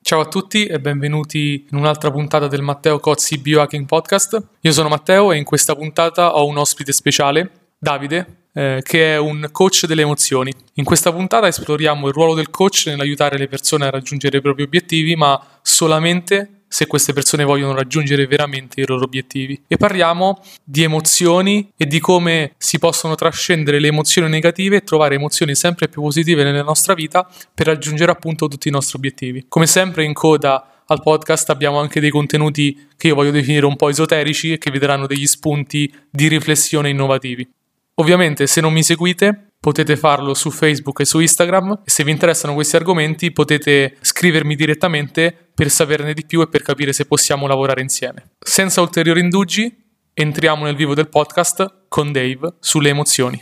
Ciao a tutti e benvenuti in un'altra puntata del Matteo Cozzi Biohacking Podcast. Io sono Matteo e in questa puntata ho un ospite speciale, Davide, che è un coach delle emozioni. In questa puntata esploriamo il ruolo del coach nell'aiutare le persone a raggiungere i propri obiettivi, ma solamente se queste persone vogliono raggiungere veramente i loro obiettivi. E parliamo di emozioni e di come si possono trascendere le emozioni negative e trovare emozioni sempre più positive nella nostra vita per raggiungere appunto tutti i nostri obiettivi. Come sempre in coda al podcast abbiamo anche dei contenuti che io voglio definire un po' esoterici e che vi daranno degli spunti di riflessione innovativi. Ovviamente se non mi seguite potete farlo su Facebook e su Instagram e se vi interessano questi argomenti potete scrivermi direttamente per saperne di più e per capire se possiamo lavorare insieme. Senza ulteriori indugi, entriamo nel vivo del podcast con Dave sulle emozioni.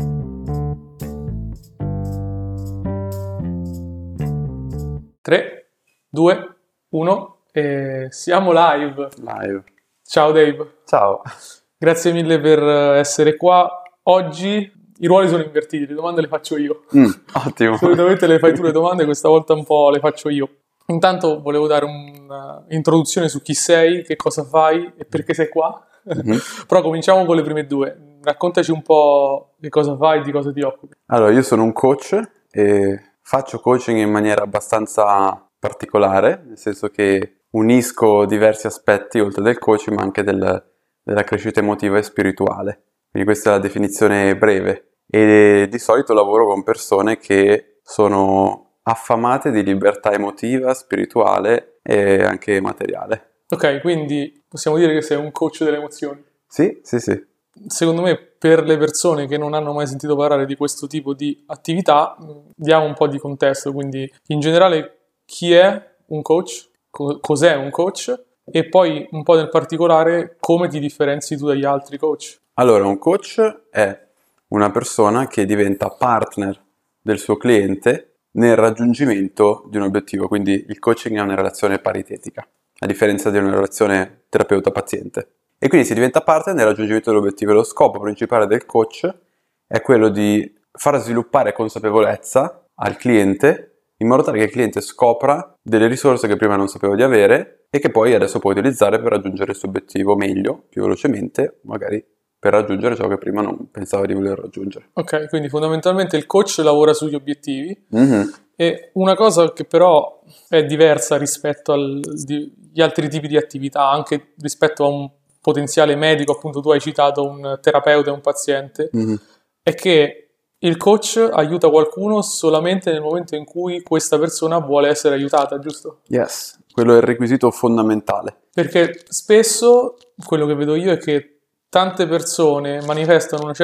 3, 2, 1 e siamo live. Ciao Dave. Ciao. Grazie mille per essere qua. Oggi i ruoli sono invertiti, le domande le faccio io. Ottimo. Solitamente le fai tu le domande, questa volta un po' le faccio io. Intanto volevo dare un'introduzione su chi sei, che cosa fai e perché sei qua. Però cominciamo con le prime due. Raccontaci un po' che cosa fai e di cosa ti occupi. Allora, io sono un coach e faccio coaching in maniera abbastanza particolare, nel senso che unisco diversi aspetti, oltre del coaching, ma anche della crescita emotiva e spirituale. Quindi questa è la definizione breve. E di solito lavoro con persone che sono affamate di libertà emotiva, spirituale e anche materiale. Ok, quindi possiamo dire che sei un coach delle emozioni. Sì. Secondo me, per le persone che non hanno mai sentito parlare di questo tipo di attività, diamo un po' di contesto. Quindi, in generale, chi è un coach? Cos'è un coach? E poi, un po' nel particolare, come ti differenzi tu dagli altri coach? Allora, un coach è una persona che diventa partner del suo cliente nel raggiungimento di un obiettivo, quindi il coaching è una relazione paritetica, a differenza di una relazione terapeuta-paziente. E quindi si diventa partner nel raggiungimento dell'obiettivo. Lo scopo principale del coach è quello di far sviluppare consapevolezza al cliente in modo tale che il cliente scopra delle risorse che prima non sapeva di avere e che poi adesso può utilizzare per raggiungere il suo obiettivo meglio, più velocemente, magari per raggiungere ciò che prima non pensava di voler raggiungere. Ok, quindi fondamentalmente il coach lavora sugli obiettivi e una cosa che però è diversa rispetto agli altri tipi di attività, anche rispetto a un potenziale medico, appunto tu hai citato un terapeuta e un paziente, è che il coach aiuta qualcuno solamente nel momento in cui questa persona vuole essere aiutata, giusto? Yes, quello è il requisito fondamentale. Perché spesso quello che vedo io è che tante persone manifestano un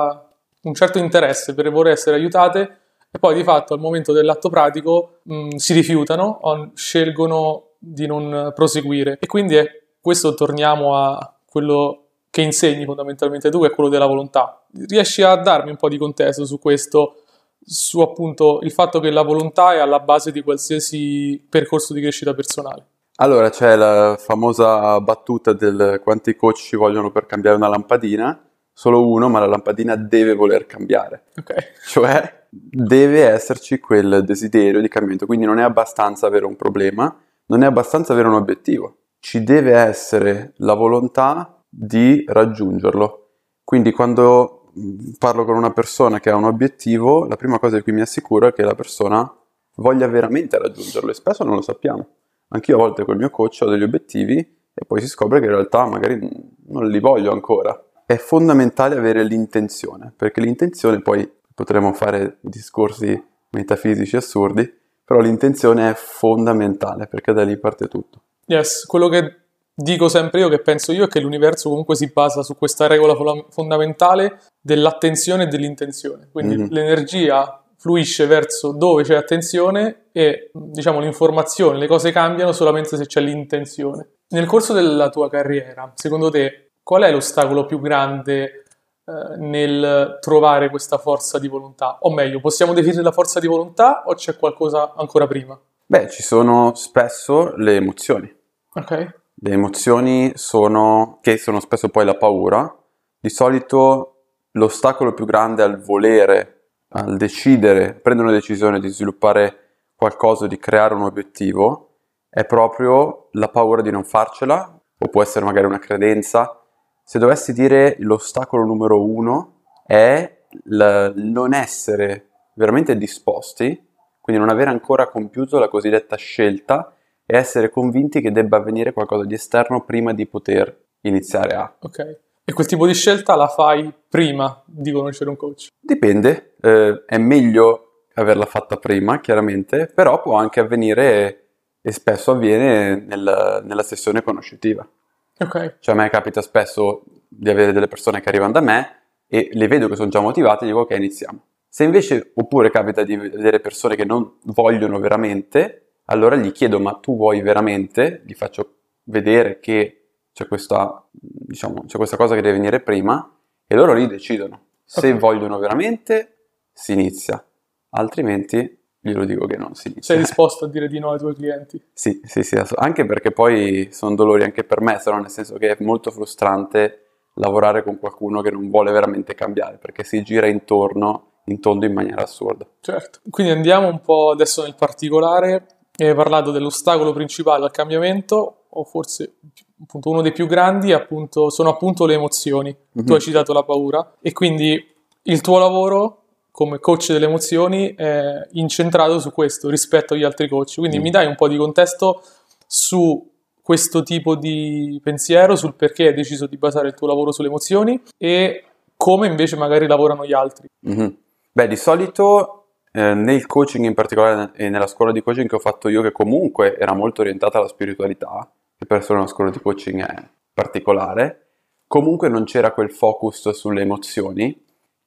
certo interesse per voler essere aiutate e poi di fatto al momento dell'atto pratico si rifiutano o scelgono di non proseguire. E quindi questo torniamo a quello che insegni fondamentalmente tu, che è quello della volontà. Riesci a darmi un po' di contesto su questo, su appunto il fatto che la volontà è alla base di qualsiasi percorso di crescita personale? Allora c'è la famosa battuta del quanti coach ci vogliono per cambiare una lampadina, solo uno, ma la lampadina deve voler cambiare. Ok. Cioè deve esserci quel desiderio di cambiamento, quindi non è abbastanza avere un problema, non è abbastanza avere un obiettivo, ci deve essere la volontà di raggiungerlo. Quindi quando parlo con una persona che ha un obiettivo, la prima cosa di cui mi assicuro è che la persona voglia veramente raggiungerlo e spesso non lo sappiamo. Anch'io a volte col mio coach ho degli obiettivi e poi si scopre che in realtà magari non li voglio ancora. È fondamentale avere l'intenzione, perché l'intenzione, poi potremo fare discorsi metafisici assurdi, però l'intenzione è fondamentale perché da lì parte tutto. Yes, quello che dico sempre io, che penso io, è che l'universo comunque si basa su questa regola fondamentale dell'attenzione e dell'intenzione. Quindi l'energia fluisce verso dove c'è attenzione e, diciamo, l'informazione, le cose cambiano solamente se c'è l'intenzione. Nel corso della tua carriera, secondo te, qual è l'ostacolo più grande nel trovare questa forza di volontà? O meglio, possiamo definire la forza di volontà o c'è qualcosa ancora prima? Beh, ci sono spesso le emozioni. Ok. Le emozioni che sono spesso poi la paura. Di solito l'ostacolo più grande al volere, al decidere, prendere una decisione di sviluppare qualcosa, di creare un obiettivo, è proprio la paura di non farcela, o può essere magari una credenza. Se dovessi dire l'ostacolo numero uno è il non essere veramente disposti, quindi non avere ancora compiuto la cosiddetta scelta e essere convinti che debba avvenire qualcosa di esterno prima di poter iniziare a. Ok. E quel tipo di scelta la fai prima di conoscere un coach? Dipende, è meglio averla fatta prima, chiaramente, però può anche avvenire, e spesso avviene, nella sessione conoscitiva. Ok. Cioè a me capita spesso di avere delle persone che arrivano da me e le vedo che sono già motivate e dico ok, iniziamo. Se invece, oppure capita di vedere persone che non vogliono veramente, allora gli chiedo ma tu vuoi veramente? Gli faccio vedere che c'è questa cosa che deve venire prima e loro lì decidono. Se Ok. vogliono veramente, si inizia, altrimenti glielo dico che non si inizia. Sei disposto a dire di no ai tuoi clienti? Sì, anche perché poi sono dolori anche per me, però nel senso che è molto frustrante lavorare con qualcuno che non vuole veramente cambiare, perché si gira intorno, in tondo in maniera assurda. Certo. Quindi andiamo un po' adesso nel particolare. Hai parlato dell'ostacolo principale al cambiamento, o forse appunto uno dei più grandi, sono appunto le emozioni. Tu hai citato la paura e quindi il tuo lavoro come coach delle emozioni è incentrato su questo rispetto agli altri coach. Quindi mi dai un po' di contesto su questo tipo di pensiero, sul perché hai deciso di basare il tuo lavoro sulle emozioni e come invece magari lavorano gli altri. Beh, di solito nel coaching in particolare e nella scuola di coaching che ho fatto io, che comunque era molto orientata alla spiritualità, che per essere una scuola di coaching è particolare, comunque non c'era quel focus sulle emozioni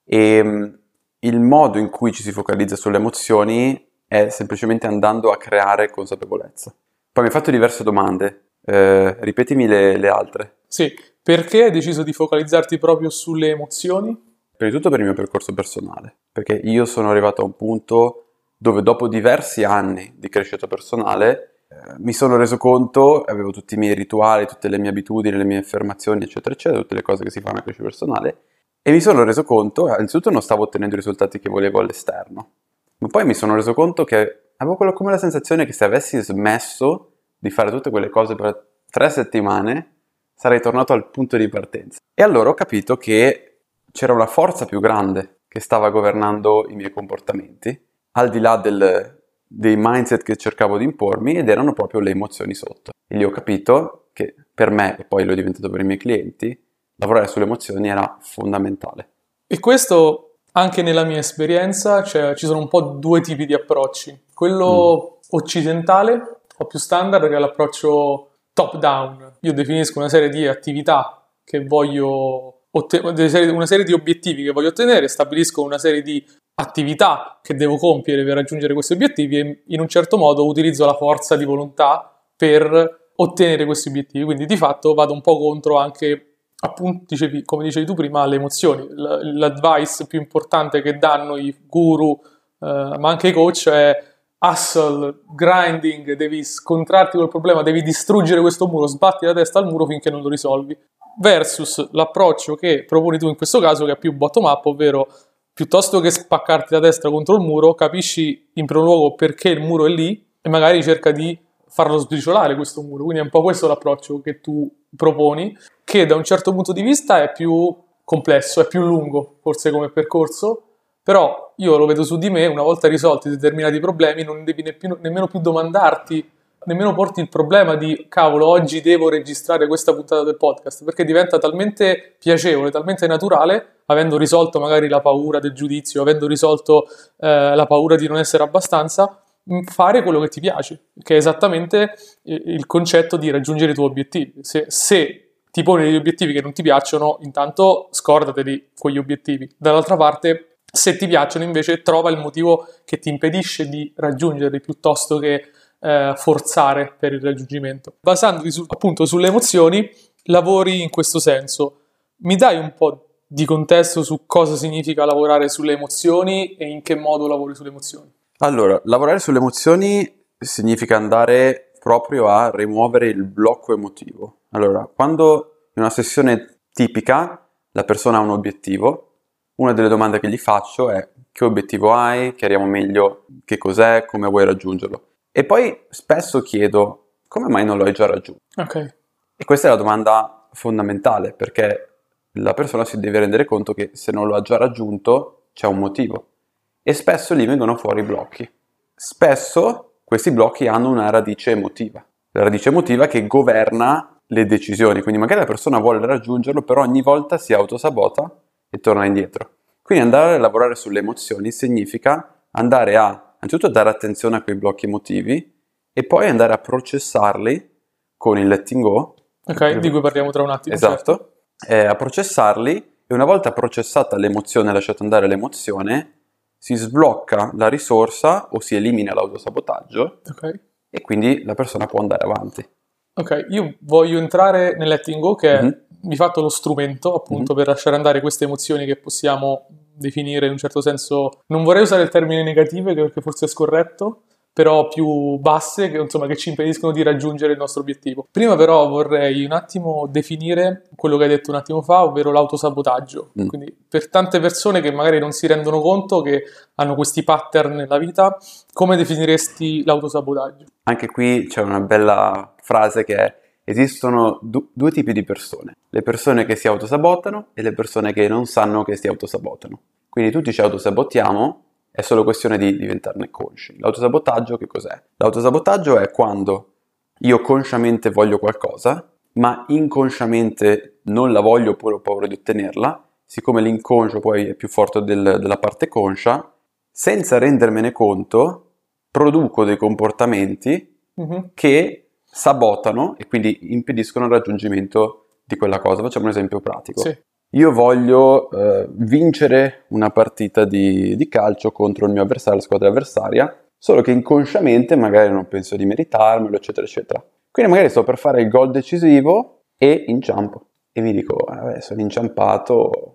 e il modo in cui ci si focalizza sulle emozioni è semplicemente andando a creare consapevolezza. Poi mi hai fatto diverse domande, ripetimi le altre. Sì, perché hai deciso di focalizzarti proprio sulle emozioni? Prima di tutto per il mio percorso personale, perché io sono arrivato a un punto dove dopo diversi anni di crescita personale mi sono reso conto, avevo tutti i miei rituali, tutte le mie abitudini, le mie affermazioni, eccetera, eccetera, tutte le cose che si fanno a crescita personale, e mi sono reso conto, innanzitutto non stavo ottenendo i risultati che volevo all'esterno, ma poi mi sono reso conto che avevo come la sensazione che se avessi smesso di fare tutte quelle cose per 3 settimane sarei tornato al punto di partenza. E allora ho capito che c'era una forza più grande che stava governando i miei comportamenti, al di là dei mindset che cercavo di impormi, ed erano proprio le emozioni sotto. E lì ho capito che per me, e poi l'ho diventato per i miei clienti, lavorare sulle emozioni era fondamentale. E questo anche nella mia esperienza, cioè, ci sono un po' due tipi di approcci. Quello occidentale, o più standard, che è l'approccio top down. Io definisco una serie di attività che voglio una serie di obiettivi che voglio ottenere, stabilisco una serie di attività che devo compiere per raggiungere questi obiettivi e in un certo modo utilizzo la forza di volontà per ottenere questi obiettivi. Quindi di fatto vado un po' contro anche, appunto, come dicevi tu prima, le emozioni. L'advice più importante che danno i guru, ma anche i coach, è hustle, grinding, devi scontrarti col problema, devi distruggere questo muro, sbatti la testa al muro finché non lo risolvi. Versus l'approccio che proponi tu in questo caso, che è più bottom up, ovvero piuttosto che spaccarti la testa contro il muro, capisci in primo luogo perché il muro è lì e magari cerca di farlo sbriciolare questo muro. Quindi è un po' questo l'approccio che tu proponi, che da un certo punto di vista è più complesso, è più lungo forse come percorso, però io lo vedo su di me, una volta risolti determinati problemi non devi nemmeno più domandarti, nemmeno porti il problema di cavolo, oggi devo registrare questa puntata del podcast, perché diventa talmente piacevole, talmente naturale, avendo risolto magari la paura del giudizio, avendo risolto la paura di non essere abbastanza, fare quello che ti piace, che è esattamente il concetto di raggiungere i tuoi obiettivi. Se ti poni degli obiettivi che non ti piacciono, intanto scordateli quegli obiettivi. Dall'altra parte, se ti piacciono invece, trova il motivo che ti impedisce di raggiungerli piuttosto che forzare per il raggiungimento. Basandoti appunto sulle emozioni, lavori in questo senso. Mi dai un po' di contesto su cosa significa lavorare sulle emozioni e in che modo lavori sulle emozioni? Allora, lavorare sulle emozioni significa andare proprio a rimuovere il blocco emotivo. Allora, quando in una sessione tipica la persona ha un obiettivo, una delle domande che gli faccio è: che obiettivo hai? Chiariamo meglio che cos'è, come vuoi raggiungerlo. E poi spesso chiedo: come mai non lo hai già raggiunto? Ok. E questa è la domanda fondamentale, perché la persona si deve rendere conto che se non lo ha già raggiunto c'è un motivo. E spesso lì vengono fuori blocchi. Spesso questi blocchi hanno una radice emotiva. La radice emotiva che governa le decisioni. Quindi magari la persona vuole raggiungerlo, però ogni volta si autosabota e torna indietro. Quindi andare a lavorare sulle emozioni significa andare a, anzitutto, dare attenzione a quei blocchi emotivi e poi andare a processarli con il letting go. Ok, di cui parliamo tra un attimo. Esatto. A processarli, e una volta processata l'emozione, lasciata andare l'emozione, si sblocca la risorsa o si elimina l'autosabotaggio, Ok. e quindi la persona può andare avanti. Ok, io voglio entrare nel letting go, che è di fatto lo strumento appunto per lasciare andare queste emozioni che possiamo definire in un certo senso, non vorrei usare il termine negative perché forse è scorretto, però più basse, che insomma che ci impediscono di raggiungere il nostro obiettivo. Prima però vorrei un attimo definire quello che hai detto un attimo fa, ovvero l'autosabotaggio. Quindi per tante persone che magari non si rendono conto che hanno questi pattern nella vita, come definiresti l'autosabotaggio? Anche qui c'è una bella frase che è: esistono due tipi di persone, le persone che si autosabotano e le persone che non sanno che si autosabotano. Quindi tutti ci autosabotiamo, è solo questione di diventarne consci. L'autosabotaggio che cos'è? L'autosabotaggio è quando io consciamente voglio qualcosa, ma inconsciamente non la voglio oppure ho paura di ottenerla, siccome l'inconscio poi è più forte della parte conscia, senza rendermene conto produco dei comportamenti che sabotano e quindi impediscono il raggiungimento di quella cosa. Facciamo un esempio pratico. Sì. Io voglio vincere una partita di calcio contro il mio avversario, la squadra avversaria, solo che inconsciamente magari non penso di meritarmelo, eccetera, eccetera. Quindi magari sto per fare il gol decisivo e inciampo. E mi dico, sono inciampato.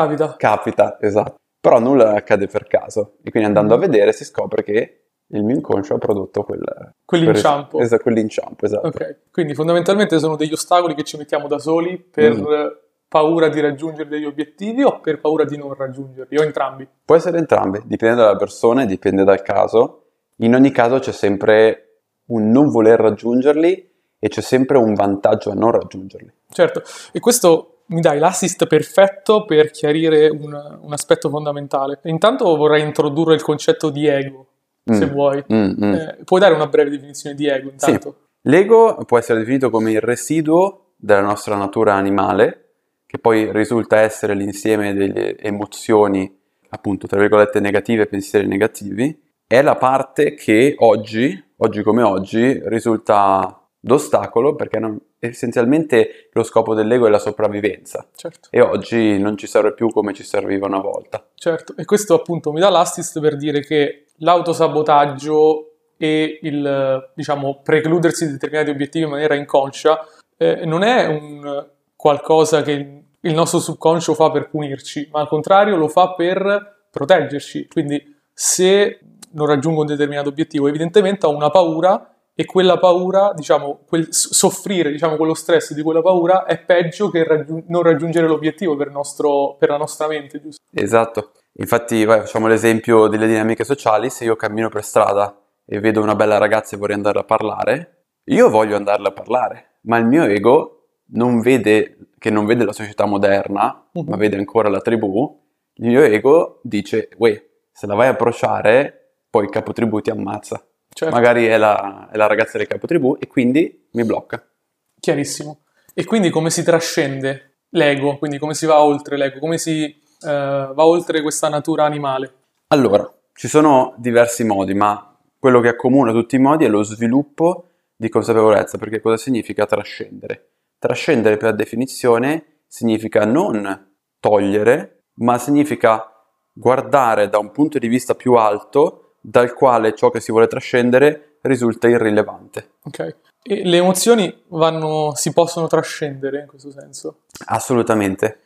Capita, esatto. Però nulla accade per caso. E quindi andando a vedere si scopre che il mio inconscio ha prodotto quell'inciampo. Quell'inciampo, esatto. Ok, quindi fondamentalmente sono degli ostacoli che ci mettiamo da soli per paura di raggiungere degli obiettivi o per paura di non raggiungerli, o entrambi? Può essere entrambi, dipende dalla persona e dipende dal caso. In ogni caso c'è sempre un non voler raggiungerli e c'è sempre un vantaggio a non raggiungerli. Certo, e questo mi dai l'assist perfetto per chiarire un aspetto fondamentale. Intanto vorrei introdurre il concetto di ego, se vuoi. Puoi dare una breve definizione di ego intanto? Sì. L'ego può essere definito come il residuo della nostra natura animale, che poi risulta essere l'insieme delle emozioni, appunto, tra virgolette, negative, pensieri negativi. È la parte che oggi come oggi, risulta d'ostacolo, perché essenzialmente lo scopo dell'ego è la sopravvivenza. Certo. E oggi non ci serve più come ci serviva una volta. Certo, e questo appunto mi dà l'assist per dire che l'autosabotaggio e il, diciamo, precludersi di determinati obiettivi in maniera inconscia non è un qualcosa che il nostro subconscio fa per punirci, ma al contrario lo fa per proteggerci. Quindi se non raggiungo un determinato obiettivo, evidentemente ho una paura e quella paura, diciamo, soffrire, diciamo, quello stress di quella paura è peggio che non raggiungere l'obiettivo per la nostra mente, giusto? Esatto. Infatti, facciamo l'esempio delle dinamiche sociali. Se io cammino per strada e vedo una bella ragazza e vorrei andarla a parlare, io voglio andarla a parlare, ma il mio ego non vede la società moderna, ma vede ancora la tribù. Il mio ego dice, se la vai a approcciare, poi il capotribù ti ammazza. Certo. Magari è la ragazza del capotribù e quindi mi blocca. Chiarissimo. E quindi come si trascende l'ego? Quindi come si va oltre l'ego? Come si va oltre questa natura animale? Allora, ci sono diversi modi, ma quello che accomuna tutti i modi è lo sviluppo di consapevolezza, perché cosa significa trascendere? Trascendere per definizione significa non togliere, ma significa guardare da un punto di vista più alto, dal quale ciò che si vuole trascendere risulta irrilevante. Ok. E le emozioni si possono trascendere in questo senso? Assolutamente.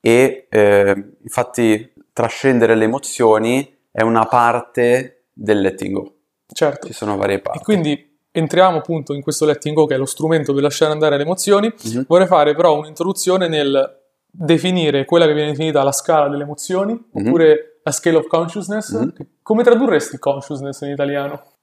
E infatti trascendere le emozioni è una parte del letting go. Certo. Ci sono varie parti. E quindi entriamo appunto in questo letting go, che è lo strumento per lasciare andare le emozioni. Vorrei fare però un'introduzione nel definire quella che viene definita la scala delle emozioni, oppure la scale of consciousness. Come tradurresti consciousness in italiano?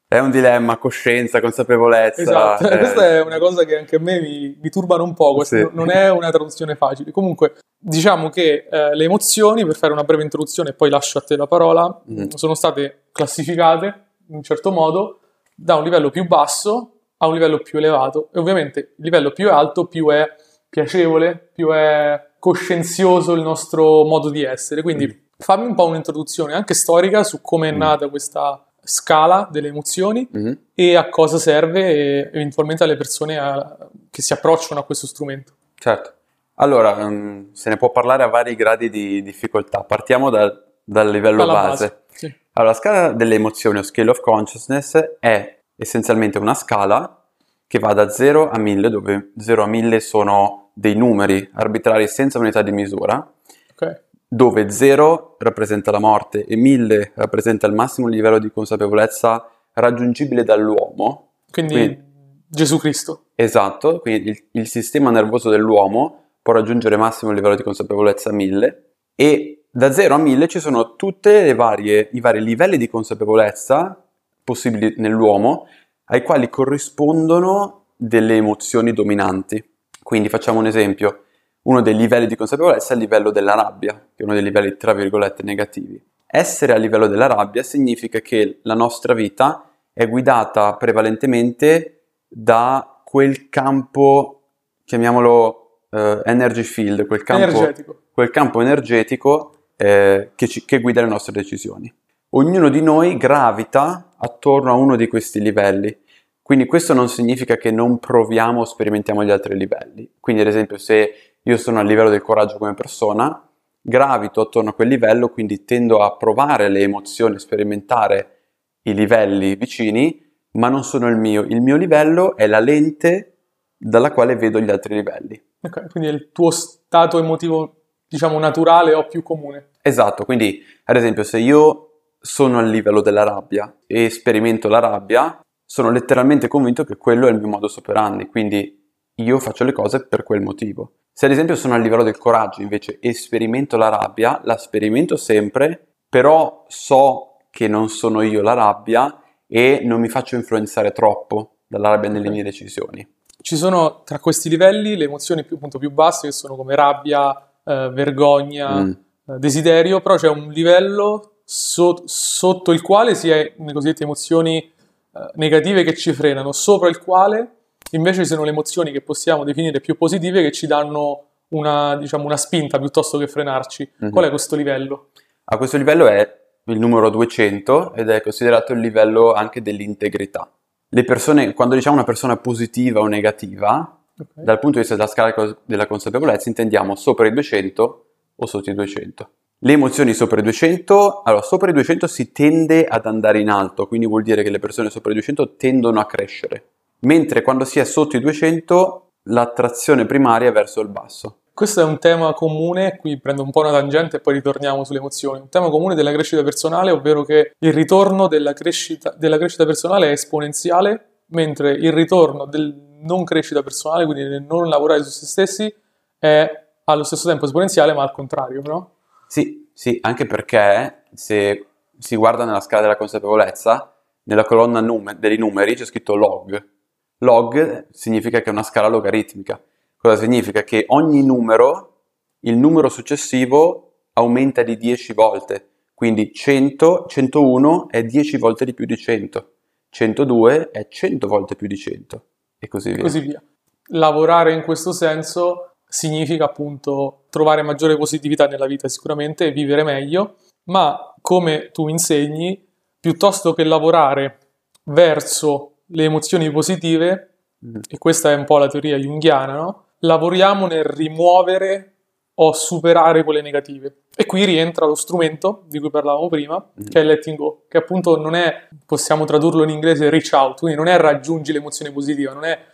È un dilemma, coscienza, consapevolezza. Esatto, questa è una cosa che anche a me mi turbano un po', Sì. non è una traduzione facile. Comunque, diciamo che le emozioni, per fare una breve introduzione e poi lascio a te la parola, sono state classificate in un certo modo da un livello più basso a un livello più elevato, e ovviamente il livello più alto più è piacevole, più è coscienzioso il nostro modo di essere. Quindi fammi un po' un'introduzione anche storica su come è nata questa scala delle emozioni e a cosa serve, e eventualmente alle persone che si approcciano a questo strumento. Certo. Allora, se ne può parlare a vari gradi di difficoltà. Partiamo dal livello Dalla base. sì. Allora, la scala delle emozioni o scale of consciousness è essenzialmente una scala che va da 0 a 1000, dove 0 a 1000 sono dei numeri arbitrari senza unità di misura, Ok. dove 0 rappresenta la morte e 1000 rappresenta il massimo livello di consapevolezza raggiungibile dall'uomo. Quindi Gesù Cristo. Esatto, quindi il sistema nervoso dell'uomo può raggiungere massimo livello di consapevolezza 1000, e da 0 a 1000 ci sono tutti i vari livelli di consapevolezza possibili nell'uomo, ai quali corrispondono delle emozioni dominanti. Quindi facciamo un esempio: uno dei livelli di consapevolezza è il livello della rabbia, che è uno dei livelli tra virgolette negativi. Essere a livello della rabbia significa che la nostra vita è guidata prevalentemente da quel campo, chiamiamolo energy field, quel campo energetico che guida le nostre decisioni. Ognuno di noi gravita attorno a uno di questi livelli, quindi questo non significa che non proviamo o sperimentiamo gli altri livelli. Quindi ad esempio, se io sono a livello del coraggio come persona, gravito attorno a quel livello, quindi tendo a provare le emozioni, sperimentare i livelli vicini, ma non sono il mio. Il mio livello è la lente dalla quale vedo gli altri livelli. Ok, quindi è il tuo stato emotivo, diciamo, naturale o più comune. Esatto, quindi ad esempio, se io sono al livello della rabbia e sperimento la rabbia, sono letteralmente convinto che quello è il mio modus operandi, quindi io faccio le cose per quel motivo. Se ad esempio sono al livello del coraggio invece e sperimento la rabbia, la sperimento sempre, però so che non sono io la rabbia e non mi faccio influenzare troppo dalla rabbia nelle mie decisioni. Ci sono tra questi livelli le emozioni appunto più basse, che sono come rabbia, vergogna, desiderio, però c'è un livello sotto il quale si è le cosiddette emozioni negative che ci frenano, sopra il quale invece ci sono le emozioni che possiamo definire più positive, che ci danno una spinta piuttosto che frenarci. Qual è questo livello? A questo livello è il numero 200 ed è considerato il livello anche dell'integrità. Le persone, quando diciamo una persona positiva o negativa, dal punto di vista della scala della consapevolezza intendiamo sopra i 200 o sotto i 200. Le emozioni sopra i 200, allora sopra i 200 si tende ad andare in alto, quindi vuol dire che le persone sopra i 200 tendono a crescere, mentre quando si è sotto i 200 l'attrazione primaria è verso il basso. Questo è un tema comune, qui prendo un po' una tangente e poi ritorniamo sulle emozioni. Un tema comune della crescita personale, ovvero che il ritorno della crescita personale è esponenziale, mentre il ritorno del non crescita personale, quindi del non lavorare su se stessi, è allo stesso tempo esponenziale, ma al contrario, no? Sì, anche perché se si guarda nella scala della consapevolezza, nella colonna dei numeri c'è scritto log. Log significa che è una scala logaritmica. Cosa significa? Che ogni numero, il numero successivo aumenta di 10 volte. Quindi 100, 101 è 10 volte di più di 100. 102 è 100 volte più di 100. E così via. Lavorare in questo senso significa appunto trovare maggiore positività nella vita sicuramente e vivere meglio, ma come tu insegni, piuttosto che lavorare verso le emozioni positive, e questa è un po' la teoria junghiana, no? Lavoriamo nel rimuovere o superare quelle negative. E qui rientra lo strumento di cui parlavamo prima, che è letting go, che appunto non è, possiamo tradurlo in inglese, reach out, quindi non è raggiungi l'emozione positiva, non è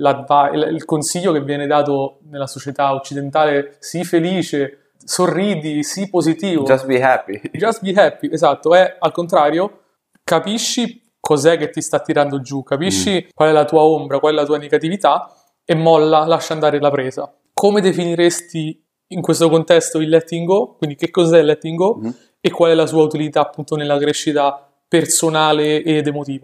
il consiglio che viene dato nella società occidentale, sii felice, sorridi, sii positivo. Just be happy. Just be happy, esatto, è al contrario, capisci cos'è che ti sta tirando giù, capisci qual è la tua ombra, qual è la tua negatività e molla, lascia andare la presa. Come definiresti in questo contesto il letting go? Quindi che cos'è il letting go e qual è la sua utilità appunto nella crescita personale ed emotiva?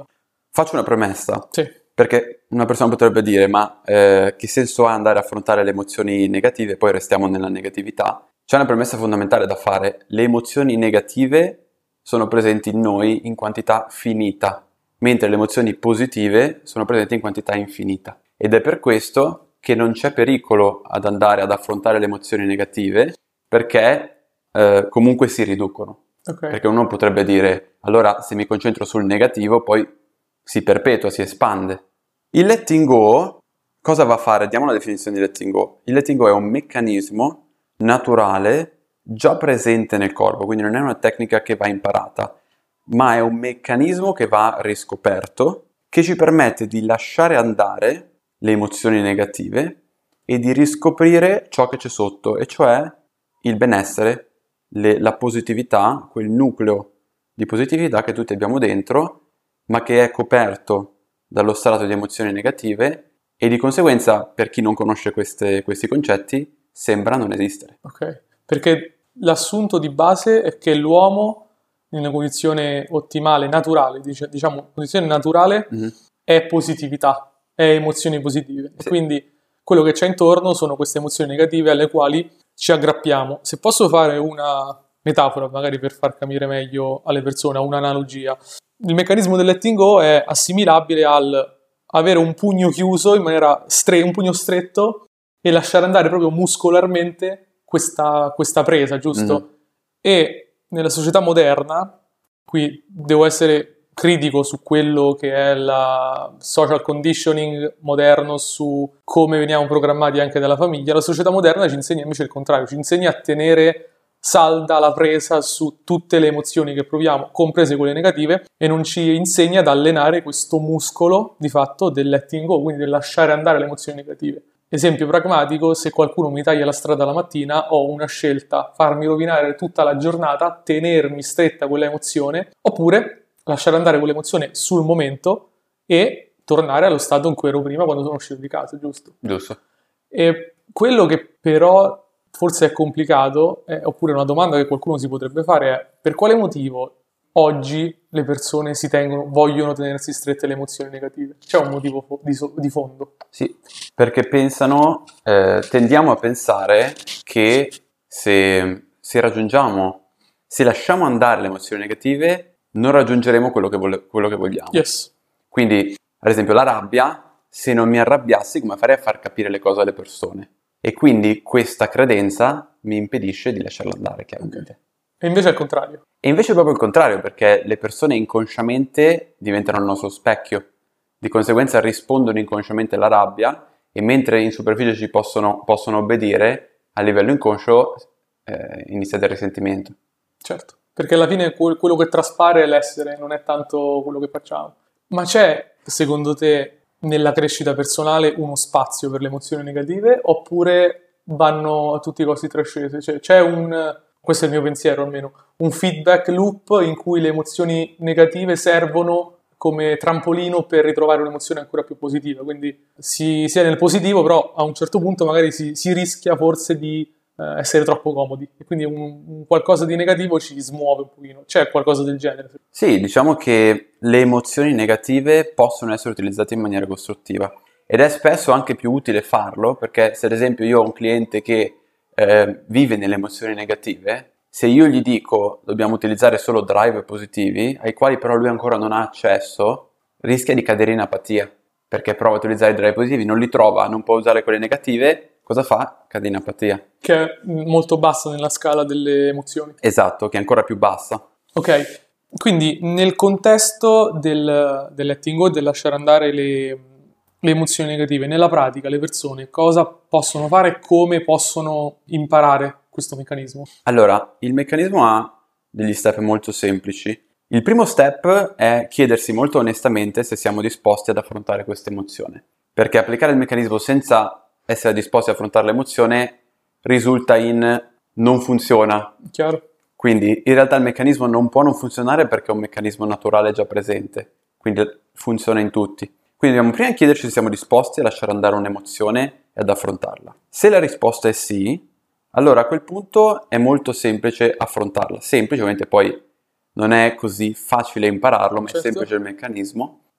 Faccio una premessa, Sì. perché una persona potrebbe dire, ma che senso ha andare a affrontare le emozioni negative e poi restiamo nella negatività? C'è una premessa fondamentale da fare: le emozioni negative sono presenti in noi in quantità finita, mentre le emozioni positive sono presenti in quantità infinita. Ed è per questo che non c'è pericolo ad andare ad affrontare le emozioni negative, perché comunque si riducono. Ok. Perché uno potrebbe dire, allora se mi concentro sul negativo poi si perpetua, si espande. Il letting go cosa va a fare? Diamo una definizione di letting go. Il letting go è un meccanismo naturale già presente nel corpo, quindi non è una tecnica che va imparata, ma è un meccanismo che va riscoperto, che ci permette di lasciare andare le emozioni negative e di riscoprire ciò che c'è sotto, e cioè il benessere, la positività, quel nucleo di positività che tutti abbiamo dentro, ma che è coperto dallo strato di emozioni negative e di conseguenza, per chi non conosce questi concetti, sembra non esistere. Ok, perché l'assunto di base è che l'uomo in una condizione ottimale, naturale, diciamo, condizione naturale è positività, è emozioni positive. E Sì. quindi quello che c'è intorno sono queste emozioni negative alle quali ci aggrappiamo. Se posso fare una metafora, magari per far capire meglio alle persone, un'analogia, il meccanismo del letting go è assimilabile al avere un pugno chiuso in maniera un pugno stretto e lasciare andare proprio muscolarmente questa presa, giusto? E nella società moderna, qui devo essere critico su quello che è la social conditioning moderno, su come veniamo programmati anche dalla famiglia, la società moderna ci insegna invece il contrario, ci insegna a tenere salda la presa su tutte le emozioni che proviamo, comprese quelle negative, e non ci insegna ad allenare questo muscolo di fatto del letting go, quindi del lasciare andare le emozioni negative. Esempio pragmatico: se qualcuno mi taglia la strada la mattina, ho una scelta: farmi rovinare tutta la giornata, tenermi stretta quella emozione, oppure lasciare andare quell'emozione sul momento e tornare allo stato in cui ero prima quando sono uscito di casa, giusto? Giusto. E quello che però forse è complicato, oppure una domanda che qualcuno si potrebbe fare è: per quale motivo oggi le persone vogliono tenersi strette le emozioni negative? C'è un motivo di fondo? Sì, perché tendiamo a pensare che se lasciamo andare le emozioni negative, non raggiungeremo quello che vogliamo. Yes. Quindi, ad esempio, la rabbia, se non mi arrabbiassi, come farei a far capire le cose alle persone? E quindi questa credenza mi impedisce di lasciarla andare, chiaramente. Okay. E invece è il contrario. E invece è proprio il contrario, perché le persone inconsciamente diventano il nostro specchio. Di conseguenza rispondono inconsciamente alla rabbia, e mentre in superficie ci possono obbedire, a livello inconscio inizia del risentimento. Certo, perché alla fine quello che traspare è l'essere, non è tanto quello che facciamo. Ma c'è, secondo te, nella crescita personale uno spazio per le emozioni negative, oppure vanno a tutti i costi trascese? Cioè, questo è il mio pensiero almeno, un feedback loop in cui le emozioni negative servono come trampolino per ritrovare un'emozione ancora più positiva. Quindi si è nel positivo, però a un certo punto magari si rischia forse di essere troppo comodi, e quindi un qualcosa di negativo ci smuove un pochino. C'è qualcosa del genere? Sì, diciamo che le emozioni negative possono essere utilizzate in maniera costruttiva, ed è spesso anche più utile farlo, perché se ad esempio io ho un cliente che vive nelle emozioni negative, se io gli dico dobbiamo utilizzare solo drive positivi, ai quali però lui ancora non ha accesso, rischia di cadere in apatia, perché prova a utilizzare i drive positivi, non li trova, non può usare quelle negative, cosa fa? Cade in apatia. Che è molto bassa nella scala delle emozioni. Esatto, che è ancora più bassa. Ok, quindi nel contesto del letting go, del lasciare andare le emozioni negative, nella pratica le persone cosa possono fare, come possono imparare questo meccanismo? Allora, il meccanismo ha degli step molto semplici. Il primo step è chiedersi molto onestamente se siamo disposti ad affrontare questa emozione, perché applicare il meccanismo senza essere disposti ad affrontare l'emozione risulta in non funziona. Chiaro? Quindi in realtà il meccanismo non può non funzionare perché è un meccanismo naturale già presente, quindi funziona in tutti. Quindi dobbiamo prima chiederci se siamo disposti a lasciare andare un'emozione e ad affrontarla. Se la risposta è sì, allora a quel punto è molto semplice affrontarla. Semplice, ovviamente poi non è così facile impararlo, ma Certo. è semplice il meccanismo.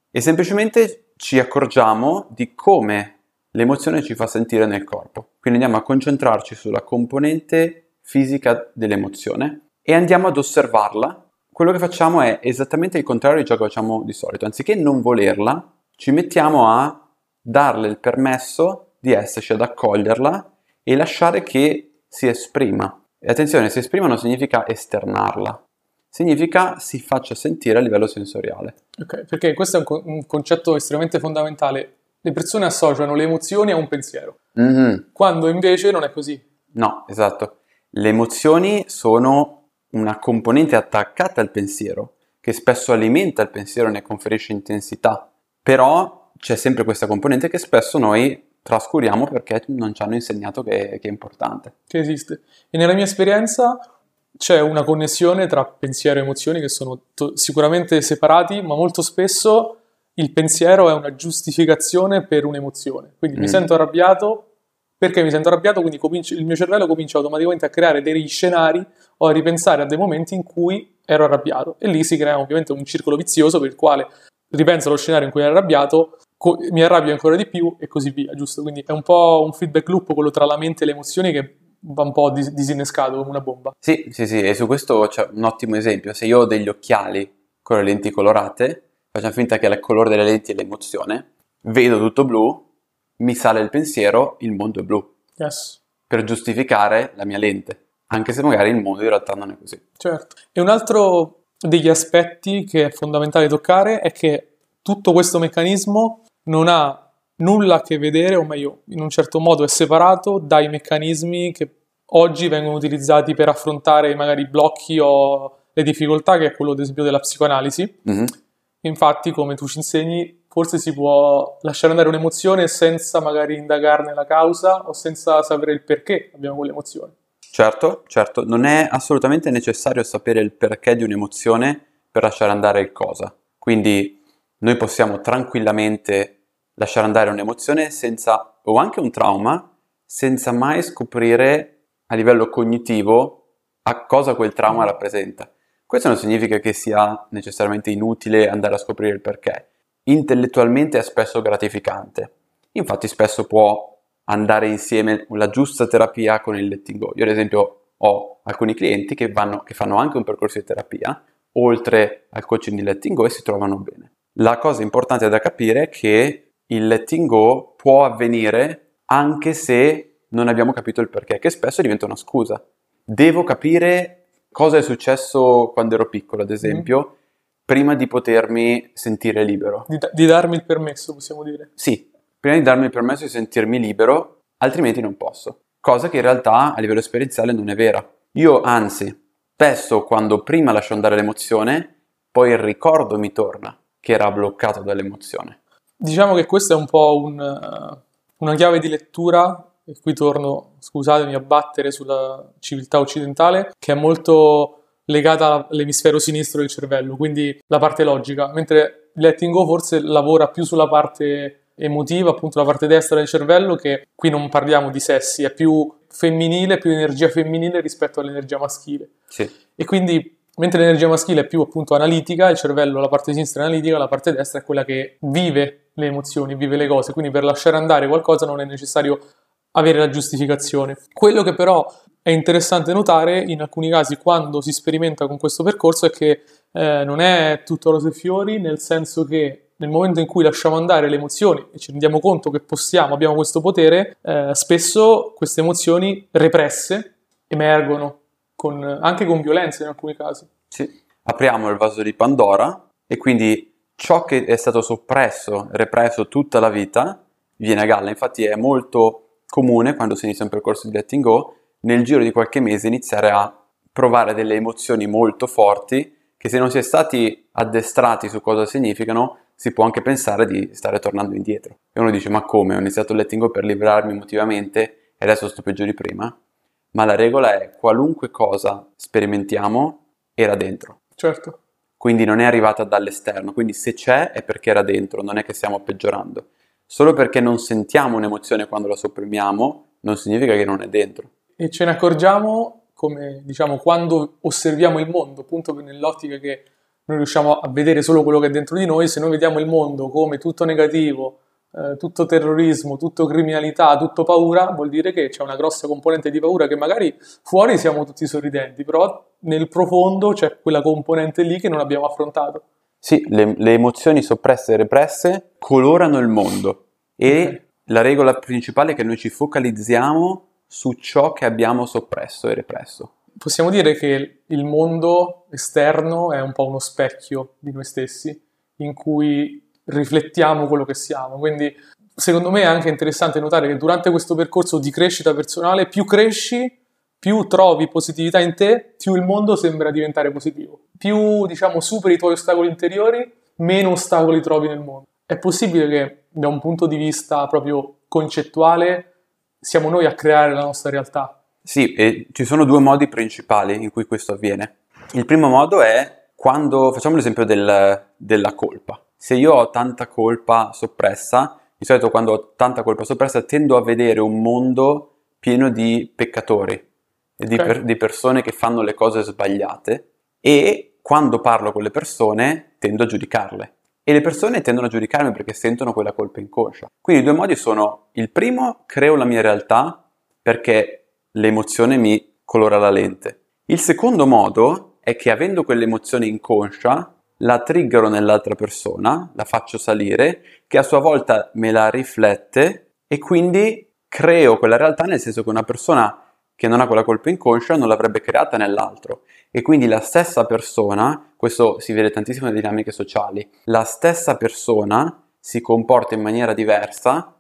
e semplicemente ci accorgiamo di come l'emozione ci fa sentire nel corpo. Quindi andiamo a concentrarci sulla componente fisica dell'emozione e andiamo ad osservarla. Quello che facciamo è esattamente il contrario di ciò che facciamo di solito. Anziché non volerla, ci mettiamo a darle il permesso di esserci, ad accoglierla e lasciare che si esprima. E attenzione, si esprima non significa esternarla, significa si faccia sentire a livello sensoriale. Ok, perché questo è un concetto estremamente fondamentale. Le persone associano le emozioni a un pensiero, quando invece non è così. No, esatto. Le emozioni sono una componente attaccata al pensiero, che spesso alimenta il pensiero e ne conferisce intensità. Però c'è sempre questa componente che spesso noi trascuriamo perché non ci hanno insegnato che è importante. Che esiste. E nella mia esperienza c'è una connessione tra pensiero e emozioni che sono sicuramente separati, ma molto spesso il pensiero è una giustificazione per un'emozione. Quindi mi sento arrabbiato, perché mi sento arrabbiato, quindi il mio cervello comincia automaticamente a creare degli scenari o a ripensare a dei momenti in cui ero arrabbiato. E lì si crea ovviamente un circolo vizioso per il quale ripenso allo scenario in cui ero arrabbiato, mi arrabbio ancora di più e così via, giusto? Quindi è un po' un feedback loop quello tra la mente e le emozioni che va un po' disinnescato come una bomba. Sì, e su questo c'è un ottimo esempio. Se io ho degli occhiali con le lenti colorate, facciamo finta che il colore delle lenti è l'emozione, vedo tutto blu, mi sale il pensiero, il mondo è blu. Yes. Per giustificare la mia lente, anche se magari il mondo in realtà non è così. Certo. E un altro degli aspetti che è fondamentale toccare è che tutto questo meccanismo non ha nulla a che vedere, o meglio, in un certo modo è separato dai meccanismi che oggi vengono utilizzati per affrontare magari i blocchi o le difficoltà, che è quello ad esempio della psicoanalisi. Infatti, come tu ci insegni, forse si può lasciare andare un'emozione senza magari indagarne la causa o senza sapere il perché abbiamo quell'emozione. Certo, non è assolutamente necessario sapere il perché di un'emozione per lasciare andare il cosa. Quindi noi possiamo tranquillamente lasciare andare un'emozione senza, o anche un trauma, senza mai scoprire a livello cognitivo a cosa quel trauma rappresenta. Questo non significa che sia necessariamente inutile andare a scoprire il perché. Intellettualmente è spesso gratificante. Infatti spesso può andare insieme la giusta terapia con il letting go. Io ad esempio ho alcuni clienti che fanno anche un percorso di terapia, oltre al coaching di letting go, e si trovano bene. La cosa importante da capire è che il letting go può avvenire anche se non abbiamo capito il perché, che spesso diventa una scusa. Devo capire cosa è successo quando ero piccolo, ad esempio, prima di potermi sentire libero. Di darmi il permesso, possiamo dire. Sì, prima di darmi il permesso di sentirmi libero, altrimenti non posso. Cosa che in realtà a livello esperienziale non è vera. Io, anzi, spesso quando prima lascio andare l'emozione, poi il ricordo mi torna, che era bloccato dall'emozione. Diciamo che questa è un po' una chiave di lettura, e qui torno, scusatemi, a battere sulla civiltà occidentale, che è molto legata all'emisfero sinistro del cervello, quindi la parte logica, mentre letting go forse lavora più sulla parte emotiva, appunto la parte destra del cervello, che qui non parliamo di sessi, è più femminile, più energia femminile rispetto all'energia maschile. Sì. E quindi mentre l'energia maschile è più appunto analitica, il cervello, la parte sinistra è analitica, la parte destra è quella che vive le emozioni, vive le cose, quindi per lasciare andare qualcosa non è necessario avere la giustificazione. Quello che però è interessante notare in alcuni casi quando si sperimenta con questo percorso è che non è tutto rose e fiori, nel senso che nel momento in cui lasciamo andare le emozioni e ci rendiamo conto che abbiamo questo potere, spesso queste emozioni represse emergono anche con violenza in alcuni casi. Sì, apriamo il vaso di Pandora e quindi ciò che è stato soppresso, represso tutta la vita, viene a galla. Infatti è molto comune quando si inizia un percorso di letting go, nel giro di qualche mese iniziare a provare delle emozioni molto forti che se non si è stati addestrati su cosa significano, si può anche pensare di stare tornando indietro. E uno dice, ma come? Ho iniziato il letting go per liberarmi emotivamente e adesso sto peggio di prima? Ma la regola è qualunque cosa sperimentiamo era dentro. Certo. Quindi non è arrivata dall'esterno, quindi se c'è è perché era dentro, non è che stiamo peggiorando. Solo perché non sentiamo un'emozione quando la sopprimiamo, non significa che non è dentro. E ce ne accorgiamo come, diciamo, quando osserviamo il mondo, appunto nell'ottica che noi riusciamo a vedere solo quello che è dentro di noi. Se noi vediamo il mondo come tutto negativo, tutto terrorismo, tutto criminalità, tutto paura, vuol dire che c'è una grossa componente di paura che magari fuori siamo tutti sorridenti, però nel profondo c'è quella componente lì che non abbiamo affrontato. Sì, le emozioni soppresse e represse colorano il mondo e la regola principale è che noi ci focalizziamo su ciò che abbiamo soppresso e represso. Possiamo dire che il mondo esterno è un po' uno specchio di noi stessi, in cui riflettiamo quello che siamo. Quindi, secondo me è anche interessante notare che durante questo percorso di crescita personale, più cresci, più trovi positività in te, più il mondo sembra diventare positivo. Più, diciamo, superi i tuoi ostacoli interiori, meno ostacoli trovi nel mondo. È possibile che, da un punto di vista proprio concettuale, siamo noi a creare la nostra realtà. Sì, e ci sono due modi principali in cui questo avviene. Il primo modo è quando, facciamo l'esempio della colpa. Se io ho tanta colpa soppressa, di solito quando ho tanta colpa soppressa tendo a vedere un mondo pieno di peccatori e di persone che fanno le cose sbagliate, e quando parlo con le persone tendo a giudicarle. E le persone tendono a giudicarmi perché sentono quella colpa inconscia. Quindi i due modi sono: il primo, creo la mia realtà perché l'emozione mi colora la lente. Il secondo modo è che, avendo quell'emozione inconscia, la triggero nell'altra persona, la faccio salire, che a sua volta me la riflette, e quindi creo quella realtà, nel senso che una persona che non ha quella colpa inconscia non l'avrebbe creata nell'altro. E quindi la stessa persona, questo si vede tantissimo nelle dinamiche sociali, la stessa persona si comporta in maniera diversa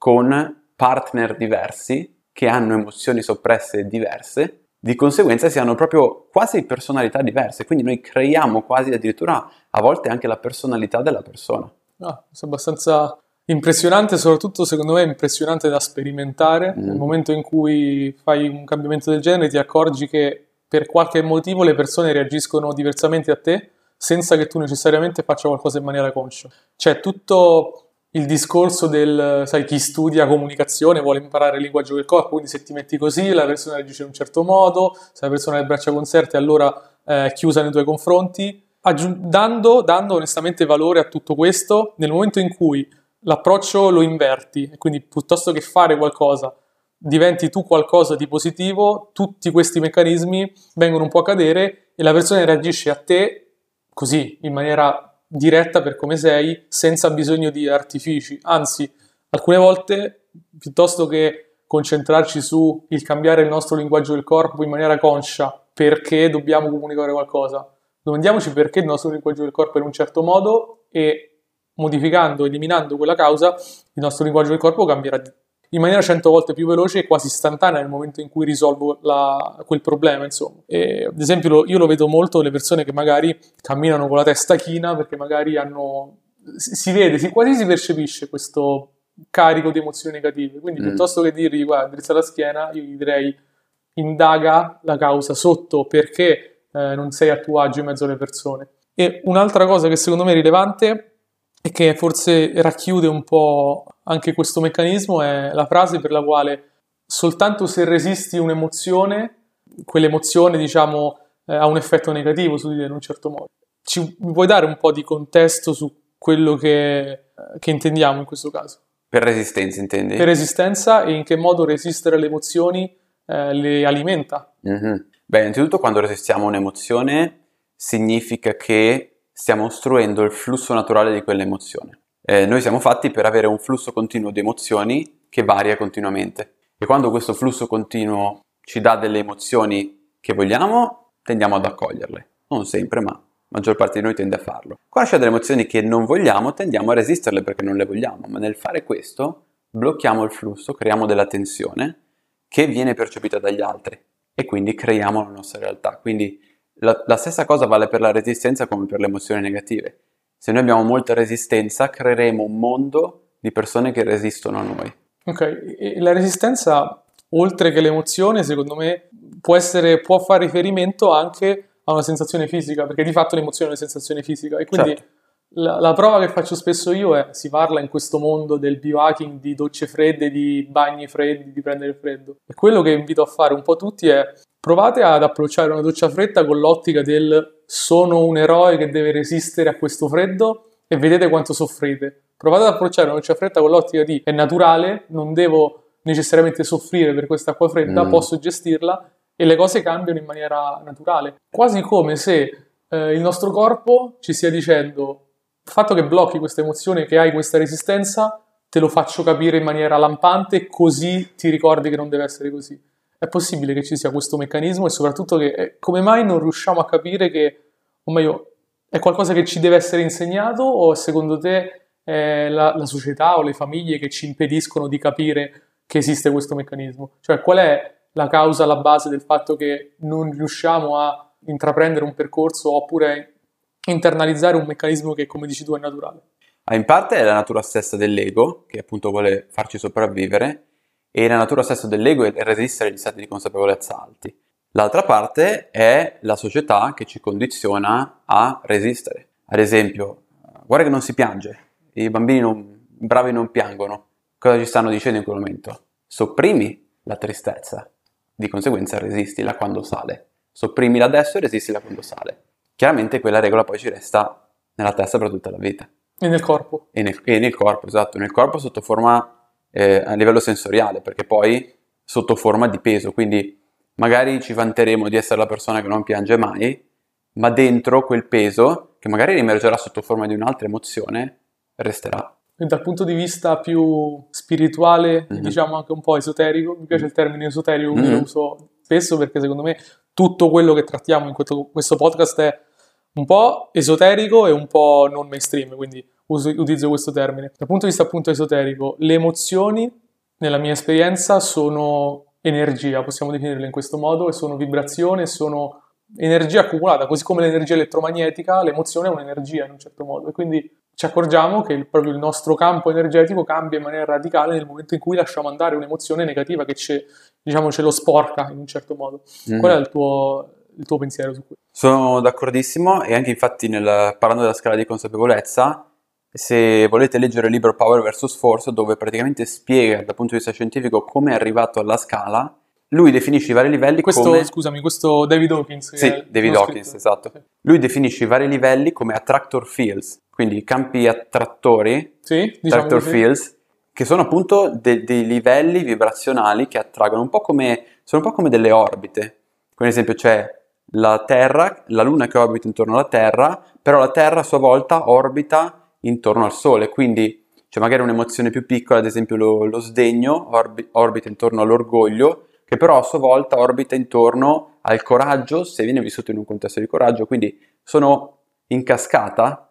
con partner diversi che hanno emozioni soppresse diverse, di conseguenza si hanno proprio quasi personalità diverse, quindi noi creiamo quasi addirittura a volte anche la personalità della persona. Questo è abbastanza impressionante, soprattutto secondo me è impressionante da sperimentare. Nel momento in cui fai un cambiamento del genere ti accorgi che per qualche motivo le persone reagiscono diversamente a te senza che tu necessariamente faccia qualcosa in maniera conscia. C'è tutto il discorso del, sai, chi studia comunicazione vuole imparare il linguaggio del corpo, quindi se ti metti così la persona reagisce in un certo modo, se la persona ha le braccia conserte allora è chiusa nei tuoi confronti, dando onestamente valore a tutto questo. Nel momento in cui l'approccio lo inverti e quindi piuttosto che fare qualcosa diventi tu qualcosa di positivo, tutti questi meccanismi vengono un po' a cadere e la persona reagisce a te così, in maniera diretta per come sei, senza bisogno di artifici. Anzi, alcune volte, piuttosto che concentrarci su il cambiare il nostro linguaggio del corpo in maniera conscia perché dobbiamo comunicare qualcosa, domandiamoci perché il nostro linguaggio del corpo è in un certo modo, e modificando, eliminando quella causa, il nostro linguaggio del corpo cambierà in maniera 100 volte più veloce e quasi istantanea nel momento in cui risolvo quel problema, insomma. E, ad esempio, io lo vedo molto le persone che magari camminano con la testa china perché magari si vede, quasi si percepisce questo carico di emozioni negative. Quindi piuttosto che dirgli guarda, drizza la schiena, io gli direi indaga la causa sotto perché non sei a tuo agio in mezzo alle persone. E un'altra cosa che secondo me è rilevante e che forse racchiude un po' anche questo meccanismo è la frase per la quale soltanto se resisti un'emozione, quell'emozione, diciamo, ha un effetto negativo su di te in un certo modo. Mi puoi dare un po' di contesto su quello che intendiamo in questo caso? Per resistenza, intendi? Per resistenza, e in che modo resistere alle emozioni le alimenta. Beh, innanzitutto quando resistiamo a un'emozione significa che stiamo ostruendo il flusso naturale di quell'emozione. Noi siamo fatti per avere un flusso continuo di emozioni che varia continuamente, e quando questo flusso continuo ci dà delle emozioni che vogliamo, tendiamo ad accoglierle. Non sempre, ma la maggior parte di noi tende a farlo. Quando c'è delle emozioni che non vogliamo, tendiamo a resisterle perché non le vogliamo, ma nel fare questo blocchiamo il flusso, creiamo della tensione che viene percepita dagli altri e quindi creiamo la nostra realtà. Quindi la stessa cosa vale per la resistenza come per le emozioni negative. Se noi abbiamo molta resistenza, creeremo un mondo di persone che resistono a noi. Ok, e la resistenza, oltre che l'emozione, secondo me può fare riferimento anche a una sensazione fisica, perché di fatto l'emozione è una sensazione fisica, e quindi Certo. la prova che faccio spesso io è, si parla in questo mondo del biohacking di docce fredde, di bagni freddi, di prendere il freddo, e quello che invito a fare un po' tutti è: provate ad approcciare una doccia fredda con l'ottica del sono un eroe che deve resistere a questo freddo e vedete quanto soffrite. Provate ad approcciare una doccia fredda con l'ottica di è naturale, non devo necessariamente soffrire per questa acqua fredda, posso gestirla e le cose cambiano in maniera naturale. Quasi come se il nostro corpo ci stia dicendo il fatto che blocchi questa emozione, che hai questa resistenza, te lo faccio capire in maniera lampante, così ti ricordi che non deve essere così. È possibile che ci sia questo meccanismo e soprattutto che come mai non riusciamo a capire che, o meglio, è qualcosa che ci deve essere insegnato o secondo te è la società o le famiglie che ci impediscono di capire che esiste questo meccanismo? Cioè, qual è la causa alla base del fatto che non riusciamo a intraprendere un percorso oppure internalizzare un meccanismo che, come dici tu, è naturale? In parte è la natura stessa dell'ego, che appunto vuole farci sopravvivere, e la natura stessa dell'ego è resistere agli stati di consapevolezza alti. L'altra parte è la società che ci condiziona a resistere. Ad esempio, guarda che non si piange, i bambini bravi non piangono. Cosa ci stanno dicendo in quel momento? Sopprimi la tristezza, di conseguenza resistila quando sale. Sopprimila adesso e resistila quando sale. Chiaramente quella regola poi ci resta nella testa per tutta la vita. E nel corpo. E nel corpo, esatto. Nel corpo sotto forma a livello sensoriale, perché poi sotto forma di peso. Quindi magari ci vanteremo di essere la persona che non piange mai, ma dentro quel peso, che magari riemergerà sotto forma di un'altra emozione, resterà. E dal punto di vista più spirituale, diciamo anche un po' esoterico, mi piace il termine esoterico, quindi lo uso spesso perché secondo me tutto quello che trattiamo in questo podcast è un po' esoterico e un po' non mainstream, quindi utilizzo questo termine. Dal punto di vista appunto esoterico, le emozioni, nella mia esperienza, sono energia, possiamo definirle in questo modo, e sono vibrazione, sono energia accumulata, così come l'energia elettromagnetica, l'emozione è un'energia in un certo modo, e quindi ci accorgiamo che proprio il nostro campo energetico cambia in maniera radicale nel momento in cui lasciamo andare un'emozione negativa che ce lo sporca in un certo modo. Qual è il tuo pensiero su questo? Sono d'accordissimo e anche infatti parlando della scala di consapevolezza, se volete leggere il libro Power vs Force, dove praticamente spiega dal punto di vista scientifico come è arrivato alla scala, lui definisce i vari livelli questo David Hawkins. Sì, David Hawkins, esatto. Sì. Lui definisce i vari livelli come attractor fields, quindi campi attrattori, sì, diciamo attractor fields, che sono appunto dei livelli vibrazionali che attraggono, sono un po' come delle orbite. Come ad esempio c'è la Terra, la Luna che orbita intorno alla Terra, però la Terra a sua volta orbita intorno al Sole, quindi c'è magari un'emozione più piccola, ad esempio lo sdegno orbita intorno all'orgoglio, che però a sua volta orbita intorno al coraggio, se viene vissuto in un contesto di coraggio, quindi sono in cascata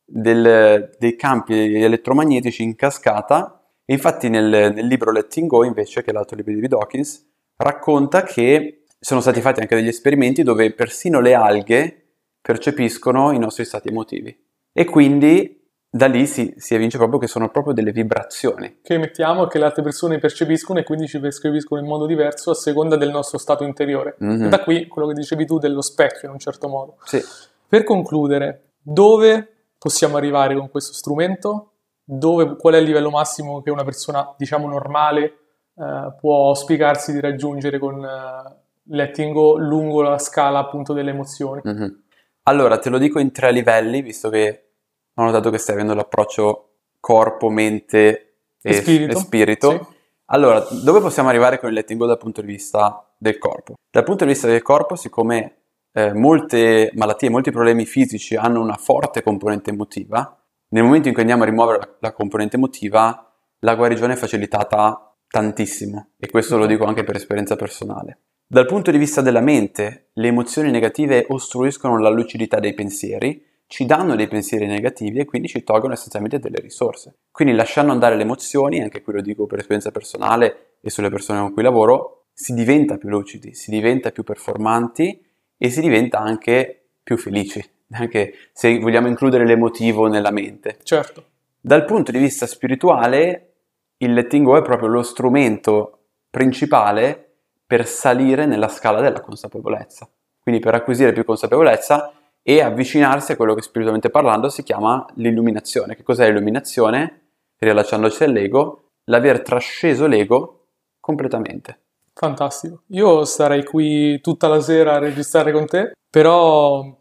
dei campi elettromagnetici in cascata, e infatti nel libro Letting Go, invece, che è l'altro libro di David Hawkins, racconta che sono stati fatti anche degli esperimenti dove persino le alghe percepiscono i nostri stati emotivi, e quindi da lì si evince proprio che sono proprio delle vibrazioni che emettiamo e che le altre persone percepiscono, e quindi ci percepiscono in modo diverso a seconda del nostro stato interiore. E da qui quello che dicevi tu dello specchio in un certo modo. Sì. Per concludere, dove possiamo arrivare con questo strumento? Qual è il livello massimo che una persona, diciamo, normale può auspicarsi di raggiungere con Letting Go lungo la scala appunto delle emozioni? Allora, te lo dico in 3 livelli, visto che ho notato che stai avendo l'approccio corpo, mente e spirito. Sì. Allora, dove possiamo arrivare con il Letting Go dal punto di vista del corpo? Dal punto di vista del corpo, siccome molte malattie, molti problemi fisici hanno una forte componente emotiva, nel momento in cui andiamo a rimuovere la componente emotiva, la guarigione è facilitata tantissimo, e questo lo dico anche per esperienza personale. Dal punto di vista della mente, le emozioni negative ostruiscono la lucidità dei pensieri, ci danno dei pensieri negativi e quindi ci tolgono essenzialmente delle risorse. Quindi lasciando andare le emozioni, anche qui lo dico per esperienza personale e sulle persone con cui lavoro, si diventa più lucidi, si diventa più performanti e si diventa anche più felici, anche se vogliamo includere l'emotivo nella mente. Certo. Dal punto di vista spirituale, il Letting Go è proprio lo strumento principale per salire nella scala della consapevolezza. Quindi per acquisire più consapevolezza e avvicinarsi a quello che spiritualmente parlando si chiama l'illuminazione. Che cos'è l'illuminazione? Riallacciandoci all'ego, l'aver trasceso l'ego completamente. Fantastico. Io starei qui tutta la sera a registrare con te, però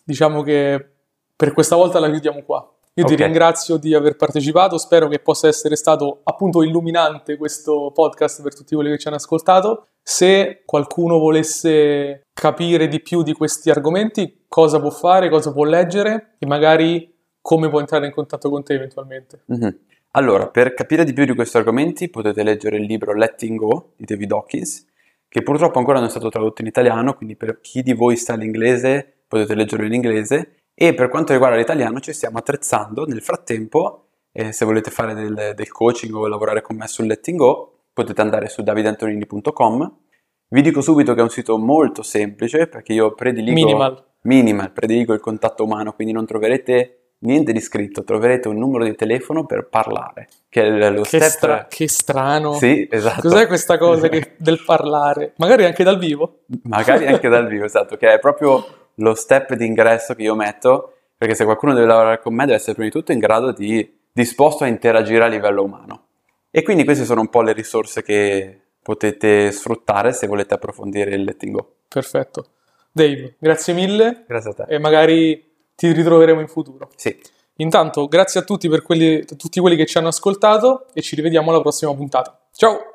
diciamo che per questa volta la chiudiamo qua. Io ti Ok. ringrazio di aver partecipato, spero che possa essere stato appunto illuminante questo podcast per tutti quelli che ci hanno ascoltato. Se qualcuno volesse capire di più di questi argomenti, cosa può fare, cosa può leggere e magari come può entrare in contatto con te eventualmente. Mhm. Allora, per capire di più di questi argomenti potete leggere il libro Letting Go di David Hawkins, che purtroppo ancora non è stato tradotto in italiano, quindi per chi di voi sta l'inglese potete leggerlo in inglese. E per quanto riguarda l'italiano ci stiamo attrezzando nel frattempo, se volete fare del coaching o lavorare con me sul Letting Go, potete andare su davidantonini.com. Vi dico subito che è un sito molto semplice perché io prediligo il contatto umano, quindi non troverete niente di scritto, troverete un numero di telefono per parlare, che è lo step... Che strano. Sì, esatto. Cos'è questa cosa del parlare? Magari anche dal vivo? Magari anche dal vivo, esatto, che è proprio lo step di ingresso che io metto, perché se qualcuno deve lavorare con me deve essere prima di tutto in grado disposto a interagire a livello umano. E quindi queste sono un po' le risorse che potete sfruttare se volete approfondire il Letting Go. Perfetto. Dave, grazie mille. Grazie a te. E magari ti ritroveremo in futuro. Sì. Intanto, grazie a tutti per tutti quelli che ci hanno ascoltato e ci rivediamo alla prossima puntata. Ciao!